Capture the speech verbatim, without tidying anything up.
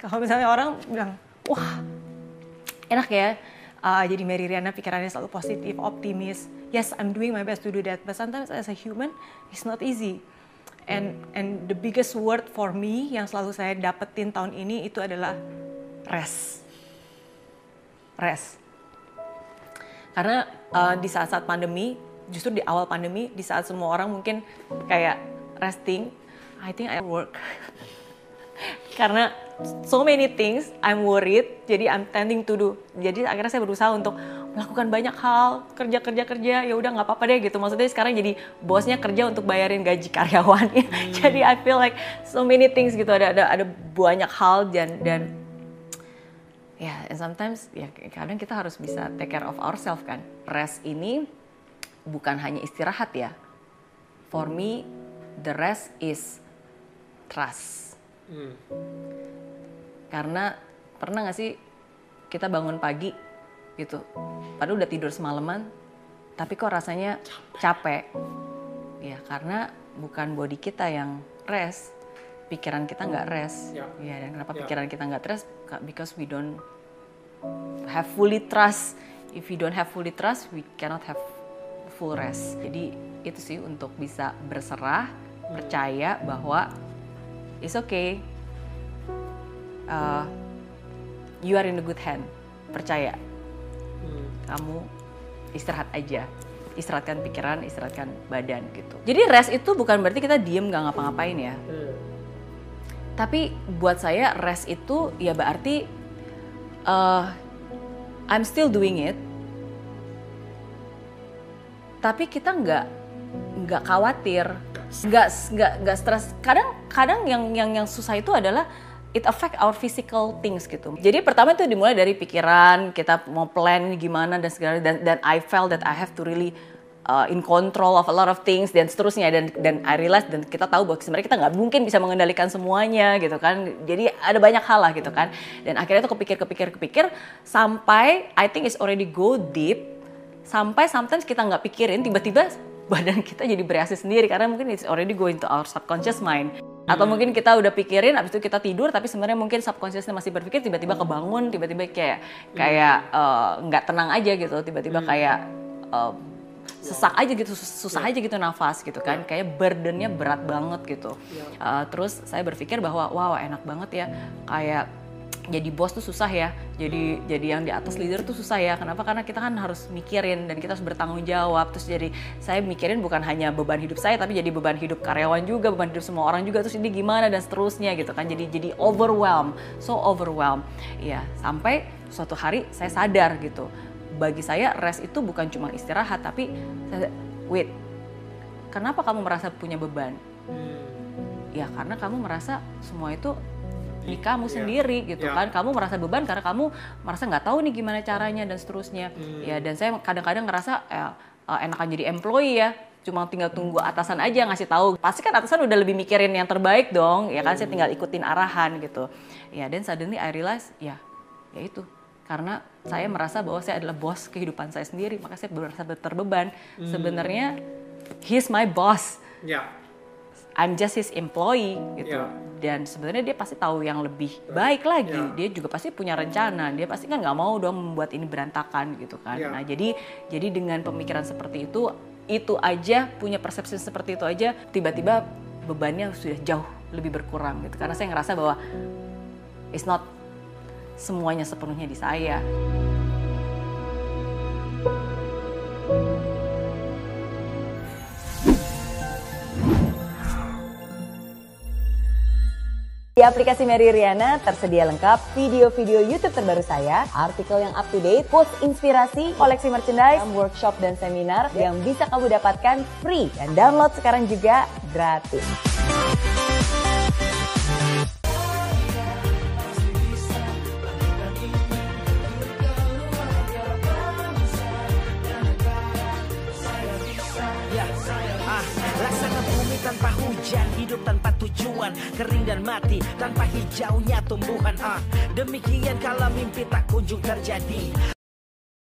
Kalau misalnya orang bilang, wah enak ya, uh, jadi Mary Riana pikirannya selalu positif, optimis. Yes, I'm doing my best to do that, but sometimes as a human, it's not easy. And and the biggest word for me yang selalu saya dapetin tahun ini itu adalah rest. Rest. Karena uh, di saat-saat pandemi, justru di awal pandemi, di saat semua orang mungkin kayak resting, I think I work. Karena so many things, I'm worried, jadi I'm tending to do. Jadi akhirnya saya berusaha untuk melakukan banyak hal, kerja-kerja-kerja, ya udah nggak apa-apa deh gitu. Maksudnya sekarang jadi bosnya kerja untuk bayarin gaji karyawan. Hmm. Jadi I feel like so many things gitu, ada ada ada banyak hal dan dan ya, yeah, and sometimes ya kadang kita harus bisa take care of ourselves kan. Rest ini bukan hanya istirahat ya. For me, the rest is trust. Hmm. Karena pernah gak sih kita bangun pagi gitu, padahal udah tidur semalaman, tapi kok rasanya capek. Ya karena bukan body kita yang rest, pikiran kita nggak rest. Ya. Ya, dan kenapa ya. Pikiran kita nggak rest? Because we don't have fully trust. If we don't have fully trust, we cannot have full rest. Jadi itu sih untuk bisa berserah, percaya bahwa it's okay, uh, you are in a good hand. Percaya, hmm. kamu istirahat aja, istirahatkan pikiran, istirahatkan badan gitu. Jadi rest itu bukan berarti kita diem gak ngapa-ngapain ya. Hmm. Tapi buat saya rest itu ya berarti uh, I'm still doing it, tapi kita nggak nggak khawatir. Nggak nggak nggak stres. Kadang-kadang yang yang yang susah itu adalah it affect our physical things gitu. Jadi pertama itu dimulai dari pikiran, kita mau plan gimana dan segala, dan dan I felt that I have to really uh, in control of a lot of things dan seterusnya, dan dan I realize, dan kita tahu bahwa sebenarnya kita nggak mungkin bisa mengendalikan semuanya gitu kan. Jadi ada banyak hal lah gitu kan. Dan akhirnya tuh kepikir-kepikir-kepikir sampai I think it's already go deep, sampai sometimes kita nggak pikirin, tiba-tiba badan kita jadi bereaksi sendiri karena mungkin it's already going to our subconscious mind. Atau hmm. mungkin kita udah pikirin, abis itu kita tidur, tapi sebenarnya mungkin subconsciousnya masih berpikir, tiba-tiba kebangun, tiba-tiba kayak kayak nggak uh, tenang aja gitu, tiba-tiba hmm. kayak uh, sesak aja gitu, susah yeah. aja gitu nafas gitu kan, yeah. kayak burdennya berat banget gitu. Yeah. Uh, terus saya berpikir bahwa wow enak banget ya, kayak jadi bos tuh susah ya, jadi jadi yang di atas leader tuh susah ya. Kenapa? Karena kita kan harus mikirin dan kita harus bertanggung jawab. Terus jadi saya mikirin bukan hanya beban hidup saya, tapi jadi beban hidup karyawan juga, beban hidup semua orang juga. Terus ini gimana dan seterusnya gitu kan. Jadi jadi overwhelmed, so overwhelmed. Ya sampai suatu hari saya sadar gitu. Bagi saya rest itu bukan cuma istirahat, tapi saya, wait, kenapa kamu merasa punya beban? Ya karena kamu merasa semua itu di kamu sendiri yeah. gitu yeah. kan, kamu merasa beban karena kamu merasa nggak tahu nih gimana caranya dan seterusnya. Hmm. Ya dan saya kadang-kadang ngerasa ya, enakan jadi employee ya, cuma tinggal tunggu atasan aja ngasih tahu. Pasti kan atasan udah lebih mikirin yang terbaik dong, ya kan. Hmm. Saya tinggal ikutin arahan gitu. Ya dan suddenly I realize ya, ya itu karena saya merasa bahwa saya adalah bos kehidupan saya sendiri, maka saya merasa terbeban. Hmm. Sebenarnya he's my boss. Yeah. I'm just his employee gitu. Yeah. Dan sebenarnya dia pasti tahu yang lebih baik lagi. Yeah. Dia juga pasti punya rencana. Dia pasti kan nggak mau dong membuat ini berantakan gitu kan. Yeah. Nah jadi jadi dengan pemikiran seperti itu, itu aja punya persepsi seperti itu aja, tiba-tiba bebannya sudah jauh lebih berkurang gitu. Karena saya ngerasa bahwa it's not semuanya sepenuhnya di saya. Di aplikasi Mary Riana tersedia lengkap video-video YouTube terbaru saya, artikel yang up to date, post inspirasi, koleksi merchandise, workshop dan seminar yang bisa kamu dapatkan free dan download sekarang juga gratis. Tanpa hujan, hidup tanpa tujuan, kering dan mati tanpa hijaunya tumbuhan. Ah, demikian kalau mimpi tak kunjung terjadi.